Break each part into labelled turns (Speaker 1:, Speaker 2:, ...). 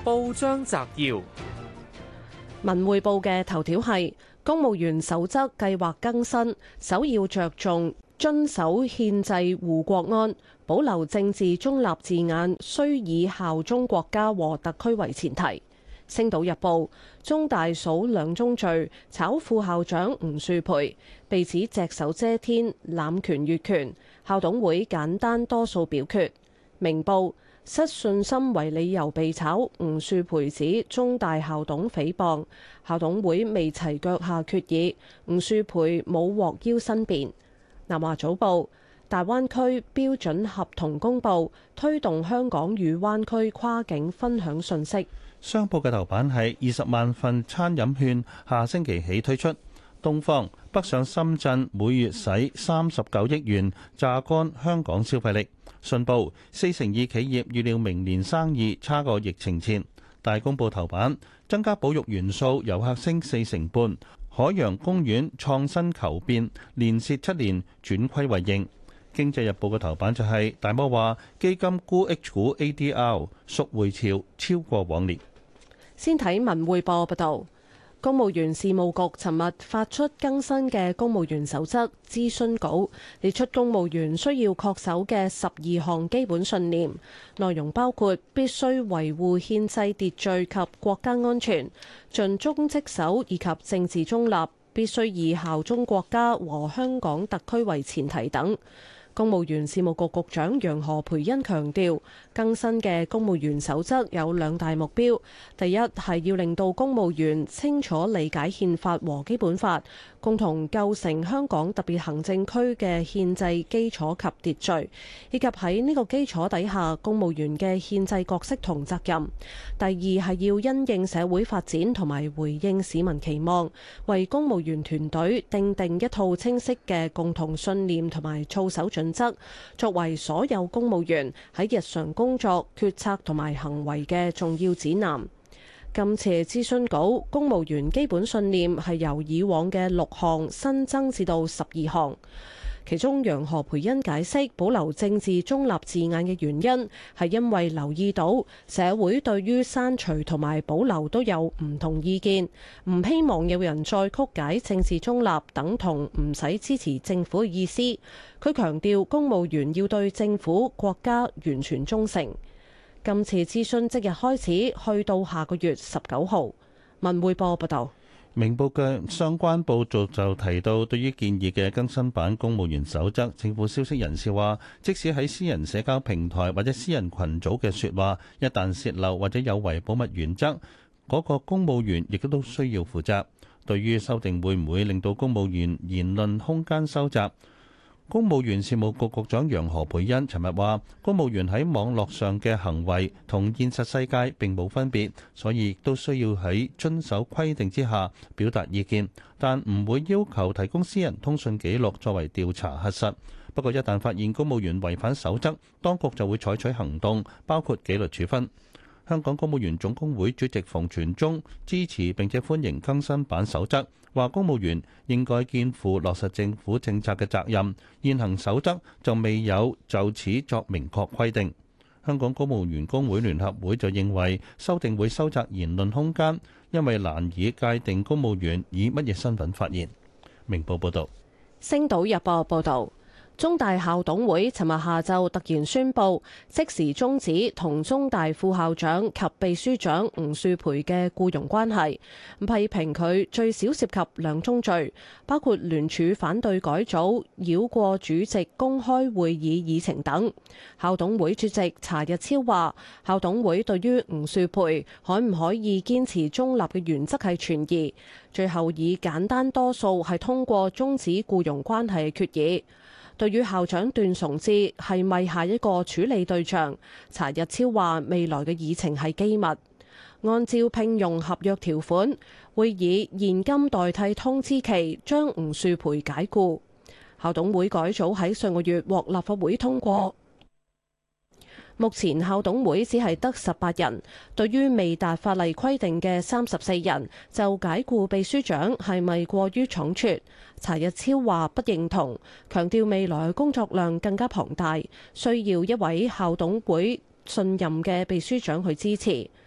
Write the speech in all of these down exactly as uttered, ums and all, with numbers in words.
Speaker 1: 報章摘要：
Speaker 2: 文匯報嘅頭條係公務員守則計劃更新，首要着重遵守憲制護國安，保留政治中立字眼，須以效忠國家和特區為前提。星島日報：中大數兩宗罪，炒副校長吳樹培，被指隻手遮天、濫權越權，校董會簡單多數表決。明報：失信心為理由被炒，吳樹培指中大校董誹謗，校董會未齊腳下決議，吳樹培冇獲邀申辯。南華早報：大灣區標準合同公佈，推動香港與灣區跨境分享信息。
Speaker 3: 商報嘅頭版係二十萬份餐飲券下星期起推出。東方：北上深圳每月使三十九億元，榨乾香港消費力。信報：四成二企業預料明年生意差過疫情前。大公報頭版：增加保育元素，遊客升四成半。海洋公園創新求變，連蝕七年轉虧為盈。經濟日報嘅頭版就係大摩話基金沽 H 股 A D R 贖回潮超過往年。
Speaker 2: 先睇文匯報報道，公務員事務局尋日發出更新嘅公務員守則諮詢稿，列出公務員需要恪守嘅十二項基本信念，內容包括必須維護憲制秩序及國家安全，盡忠職守以及政治中立，必須以效忠國家和香港特區為前提等。公務員事務局局長楊何蓓茵強調，更新嘅公務員守則有兩大目標，第一係要令到公務員清楚理解憲法和基本法，共同構成香港特別行政區嘅憲制基礎及秩序，以及喺呢個基礎底下公務員嘅憲制角色同責任。第二係要因應社會發展同埋回應市民期望，為公務員團隊訂定一套清晰嘅共同信念同埋操守準則，作為所有公務員喺日常工作、決策同埋行為嘅重要指南。今次諮詢稿，公務員基本信念係由以往嘅六項新增至到十二項。其中楊何蓓茵解釋保留政治中立字眼嘅原因，係因為留意到社會對於刪除同埋保留都有唔同意見，唔希望有人再曲解政治中立等同唔使支持政府嘅意思。佢強調公務員要對政府、國家完全忠誠。今次諮詢即日開始，去到下個月十九號。文匯報報道。
Speaker 3: 明報嘅相關報導就提到，對於建議嘅更新版公務員守則，政府消息人士話，即使喺私人社交平台或者私人群組嘅説話，一旦洩漏或者有違保密原則，嗰個公務員亦都需要負責。對於修訂會唔會令到公務員言論空間收窄，公務員事務局局長楊何蓓茵尋日話，公務員喺網絡上嘅行為同現實世界並冇分別，所以亦都需要喺遵守規定之下表達意見，但唔會要求提供私人通訊記錄作為調查核實。不過一旦發現公務員違反守則，當局就會採取行動，包括紀律處分。香港公務員總工會主席馮傳宗支持並且歡迎更新版守則，話公務員應該肩負落實政府政策嘅責任，現行守則就未有就此作明確規定。香港公務員工會聯合會就認為修訂會收窄言論空間，因為難以界定公務員以乜嘢身份發言。明報報道。
Speaker 2: 星島日報報道。中大校董會尋日下晝突然宣布，即時終止同中大副校長及秘書長吳樹培嘅僱傭關係，批評佢最少涉及兩宗罪，包括聯署反對改組、繞過主席公開會議議程等。校董會主席查日超話，校董會對於吳樹培可唔可以堅持中立嘅原則係存疑，最後以簡單多數係通過終止僱傭關係嘅決議。對於校長段崇智係咪下一個處理對象，查日超話未來嘅議程係機密。按照聘用合約條款，會以現金代替通知期將吳樹培解僱。校董會改組喺上個月獲立法會通過。目前校董會只係得十八人，對於未達法例規定嘅三十四人，就解僱秘書長係咪過於倉促？查日超話不認同，強調未來工作量更加龐大，需要一位校董會信任嘅秘書長去支持。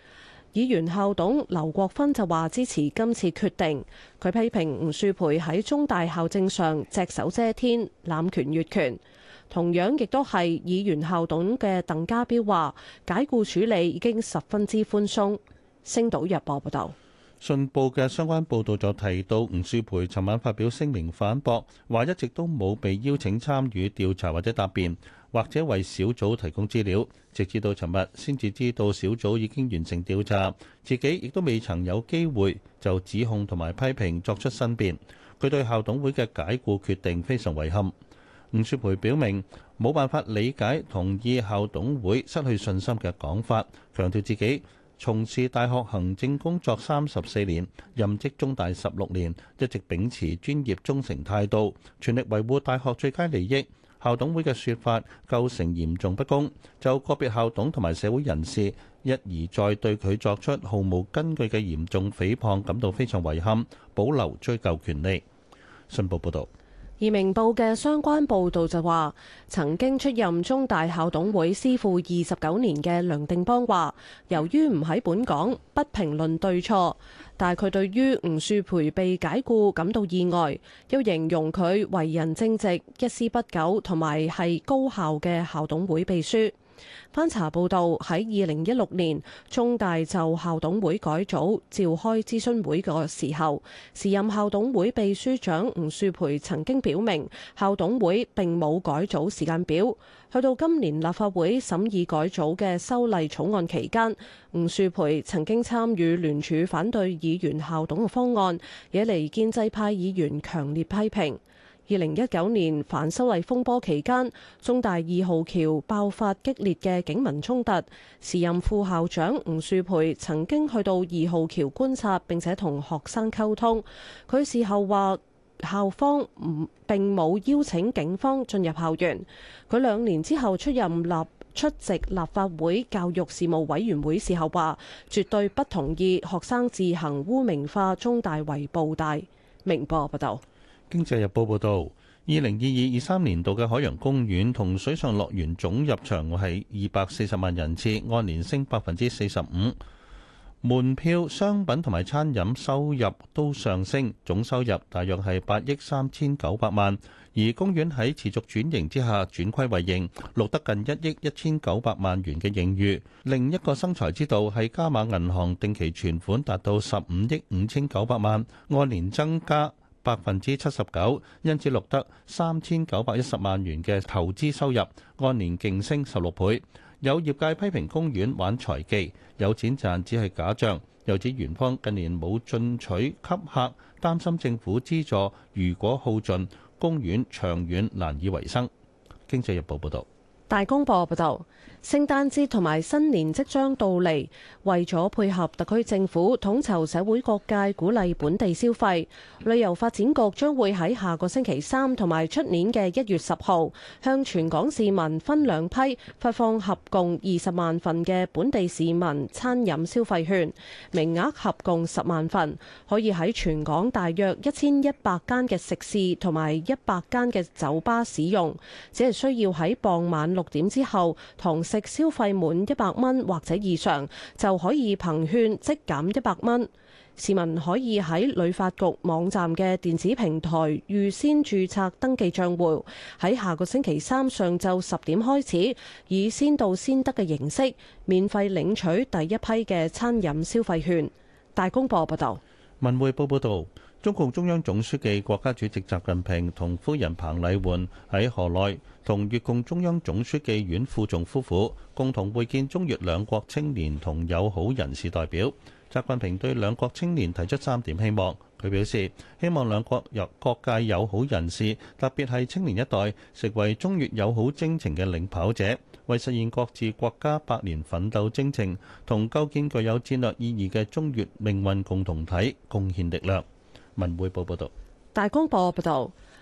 Speaker 2: 議員校董劉國勳就話支持今次決定，佢批評吳樹培喺中大校政上隻手遮天、濫權越權。同樣亦都係議員校董嘅鄧家彪話，解僱處理已經十分之寬鬆。星島日報報道。
Speaker 3: 信報嘅相關報導就提到，吳樹培尋晚發表聲明反駁，話一直都冇被邀請參與調查或者答辯，或者為小組提供資料，直至到尋日先至知道小組已經完成調查，自己亦都未曾有機會就指控同埋批評作出申辯。佢對校董會嘅解僱決定非常遺憾。吳樹培表明冇辦法理解同意校董會失去信心嘅講法，強調自己從事大學行政工作三十四年，任職中大十六年，一直秉持專業忠誠態度，全力維護大學最佳利益。校董會嘅說法構成嚴重不公，就個別校董同埋社會人士一而再對佢作出毫無根據嘅嚴重誹謗感到非常遺憾，保留追究權利。信報報導。
Speaker 2: 而明報嘅相關報導就話，曾經出任中大校董會師傅二十九年嘅梁定邦話，由於唔喺本港，不評論對錯，但係佢對於吳樹培被解僱感到意外，又形容佢為人正直、一絲不苟，同埋係高效嘅校董會秘書。翻查報道，喺二零一六年，中大就校董會改組召開諮詢會嘅時候，時任校董會秘書長吳樹培曾經表明，校董會並冇改組時間表。去到今年立法會審議改組嘅修例草案期間，吳樹培曾經參與聯署反對議員校董嘅方案，惹嚟建制派議員強烈批評。二零一九年反修例風波期間，中大二號橋爆發激烈嘅警民衝突，時任副校長吳樹培曾經去到二號橋觀察並且同學生溝通。佢事後話校方唔並冇邀請警方進入校園。佢兩年之後出任立出席立法會教育事務委員會時候話，絕對不同意學生自行污名化中大為暴大。明報報道。
Speaker 3: 經濟日報報導，二零二二二三年度嘅海洋公園同水上樂園總入場係二百四十萬人次，按年升百分之四十五。門票、商品同埋餐飲收入都上升，總收入大約係八億三千九百萬。而公園喺持續轉型之下轉虧為盈，錄得近一億一千九百萬元嘅盈餘。另一個生財之道係加碼銀行定期存款達到十五億五千九百萬，按年增加百分之七十九，因此錄得三千九百一十萬元嘅投資收入，按年勁升十六倍。有業界批評公園玩財技，有錢賺只係假象，又指園方近年冇進取吸客，擔心政府資助如果耗盡，公園長遠難以為生。經濟日報報導。
Speaker 2: 大公報報道，聖誕節同埋新年即將到嚟，為咗配合特區政府統籌社會各界鼓勵本地消費，旅遊發展局將會喺下個星期三同埋出年嘅一月十號，向全港市民分兩批發放合共二十萬份嘅本地市民餐飲消費券，名額合共十萬份，可以喺全港大約一千一百間嘅食肆同埋一百間嘅酒吧使用，只係需要喺傍晚六點之後堂食消費滿一百蚊或者以上，就可以憑券即減一百蚊。市民可以喺旅發局網站嘅電子平台預先註冊登記賬戶，喺下個星期三上晝十點開始，以先到先得嘅形式免費領取第一批嘅餐飲消費券。大公報報道。
Speaker 3: 文匯報報道，中共中央總書記、國家主席習近平同夫人彭麗媛喺河內同越共中央總書記阮富仲夫婦共同會見中越兩國青年同友好人士代表。習近平對兩國青年提出三點希望，佢表示希望兩國由各界友好人士，特別係青年一代，成為中越友好征程嘅領跑者，為實現各自國家百年奮鬥征程同構建具有戰略意義嘅中越命運共同體貢獻力量。文匯報報道。
Speaker 2: 大公報報道，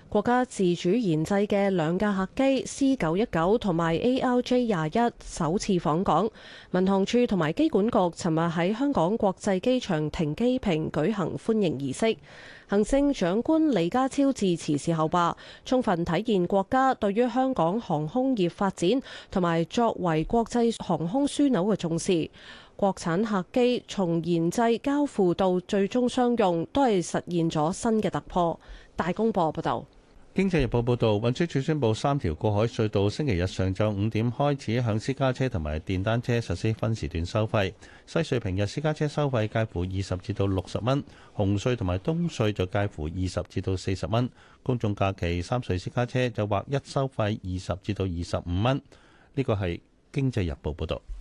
Speaker 2: 國家自主研製嘅兩架客機 C 九一九同埋 A R J 廿一首次訪港。民航處同埋機管局尋日喺香港國際機場停機坪舉行歡迎儀式。行政長官李家超致辭時候話，充分體現國家對於香港航空業發展同埋作為國際航空樞紐嘅重視。國產客機從研製交付到最終商用，都係實現咗新嘅突破。大公報報道。
Speaker 3: 經濟日報報導，運輸署宣布三條過海隧道星期日上晝五點開始向私家車同埋電單車實施分時段收費。西隧平日私家車收費介乎二十至到六十蚊，紅隧同埋東隧就介乎二十至到四十蚊。公眾假期三隧私家車就劃一收費二十至到二十五蚊。呢個係經濟日報報導。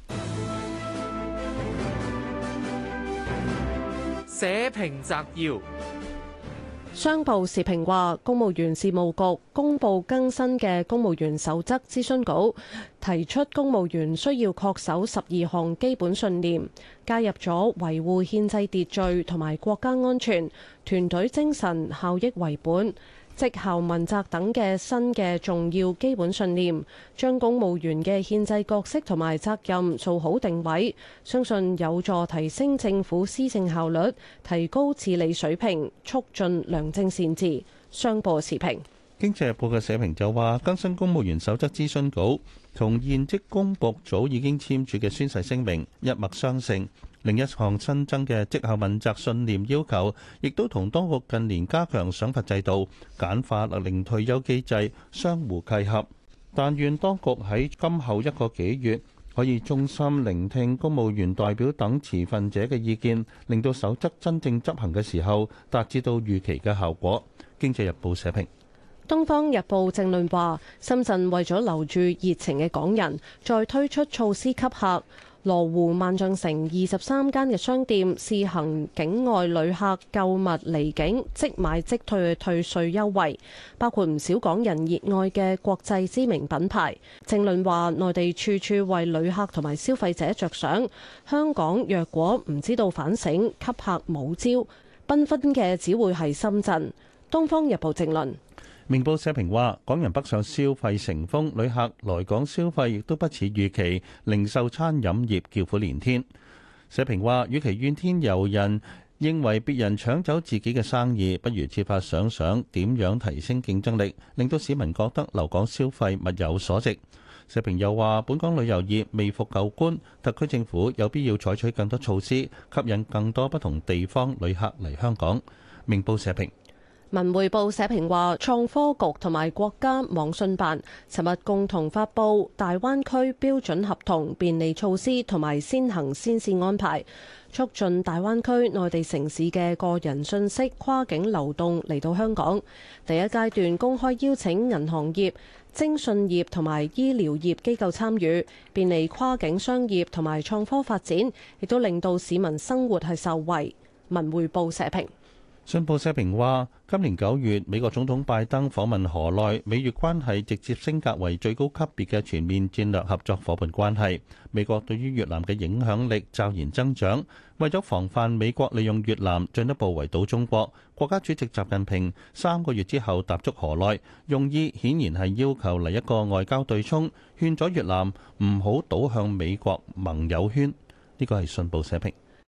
Speaker 1: 社評摘要。
Speaker 2: 商報時評話，公務員事務局公布更新嘅公務員守則諮詢稿，提出公務員需要恪守十二項基本信念，加入咗維護憲制秩序同埋國家安全、團隊精神、效益為本、績效問責等嘅新嘅重要基本信念，將公務員嘅憲制角色同埋責任做好定位，相信有助提升政府施政效率，提高治理水平，促進良政善治。商報時評。
Speaker 3: 經濟日報嘅社評就話，更新公務員守則諮詢稿同現職公僕早已經簽署嘅宣誓聲明一脈相承。另一項新增嘅績效問責信念要求，亦都同當局近年加強賞罰制度、簡化勒令退休機制相互契合。但願當局喺今後一個幾月可以衷心聆聽公務員代表等持份者嘅意見，令到守則真正執行嘅時候達至到預期嘅效果。經濟日報社評。
Speaker 2: 《東方日報》正論話，深圳為咗留住熱情嘅港人，再推出措施吸客。羅湖萬象城二十三間嘅商店試行境外旅客購物離境即買即退嘅退稅優惠，包括唔少港人熱愛嘅國際知名品牌。正論話，內地處處為旅客同埋消費者着想，香港若果唔知道反省，吸客冇招，繽紛嘅只會係深圳。《東方日報》正論。
Speaker 3: 明報社評話，港人北上消費成風，旅客來港消費亦都不似預期，零售餐飲業叫苦連天。社評話，與其怨天尤人，認為別人搶走自己嘅生意，不如設法想想點樣提升競爭力，令到市民覺得留港消費物有所值。社評又話，本港旅遊業未復舊觀，特區政府有必要採取更多措施，吸引更多不同地方旅客嚟香港。明報社評。
Speaker 2: 文匯報社評話，創科局同埋國家網信辦尋日共同發布大灣區標準合同便利措施同埋先行先試安排，促進大灣區內地城市嘅個人信息跨境流動嚟到香港。第一階段公開邀請銀行業、徵信業同埋醫療業機構參與，便利跨境商業同埋創科發展，亦都令到市民生活係受惠。文匯報社評。
Speaker 3: 信報社評話，今年九月美國總統拜登訪問河內，美越關係直接升格為最高級別嘅全面戰略合作伙伴關係。美國對於越南嘅影響力驟然增長，為咗防範美國利用越南進一步圍堵中國，國家主席習近平三個月之後踏足河內，用意顯然係要求嚟一個外交對沖，勸咗越南唔好倒向美國盟友圈。呢個係信報社評。